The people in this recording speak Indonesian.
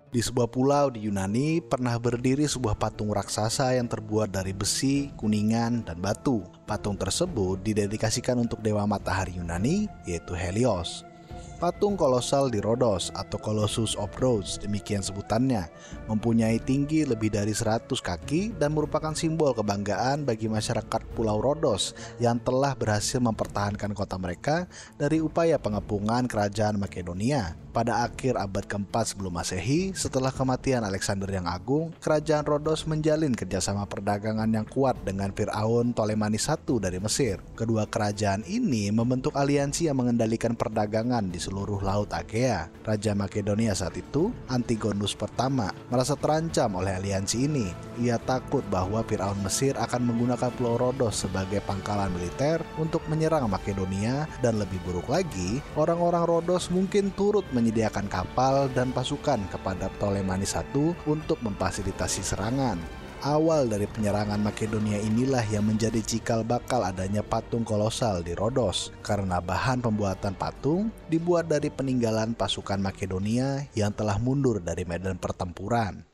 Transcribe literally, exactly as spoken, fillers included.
Di sebuah pulau di Yunani pernah berdiri sebuah patung raksasa yang terbuat dari besi, kuningan, dan batu. Patung tersebut didedikasikan untuk dewa matahari Yunani, yaitu Helios. Patung kolosal di Rhodos atau Colossus of Rhodes, demikian sebutannya, mempunyai tinggi lebih dari seratus kaki dan merupakan simbol kebanggaan bagi masyarakat Pulau Rhodos yang telah berhasil mempertahankan kota mereka dari upaya pengepungan kerajaan Makedonia. Pada akhir abad keempat sebelum Masehi, setelah kematian Alexander yang Agung, kerajaan Rhodos menjalin kerjasama perdagangan yang kuat dengan Firaun Ptolemani satu dari Mesir. Kedua kerajaan ini membentuk aliansi yang mengendalikan perdagangan di seluruh laut Aegea. Raja Makedonia saat itu, Antigonus pertama, merasa terancam oleh aliansi ini. Ia takut bahwa Firaun Mesir akan menggunakan Pulau Rhodos sebagai pangkalan militer untuk menyerang Makedonia, dan lebih buruk lagi, orang-orang Rhodos mungkin turut menyediakan kapal dan pasukan kepada Ptolemani satu untuk memfasilitasi serangan. Awal dari penyerangan Makedonia inilah yang menjadi cikal bakal adanya patung kolosal di Rhodos, karena bahan pembuatan patung dibuat dari peninggalan pasukan Makedonia yang telah mundur dari medan pertempuran.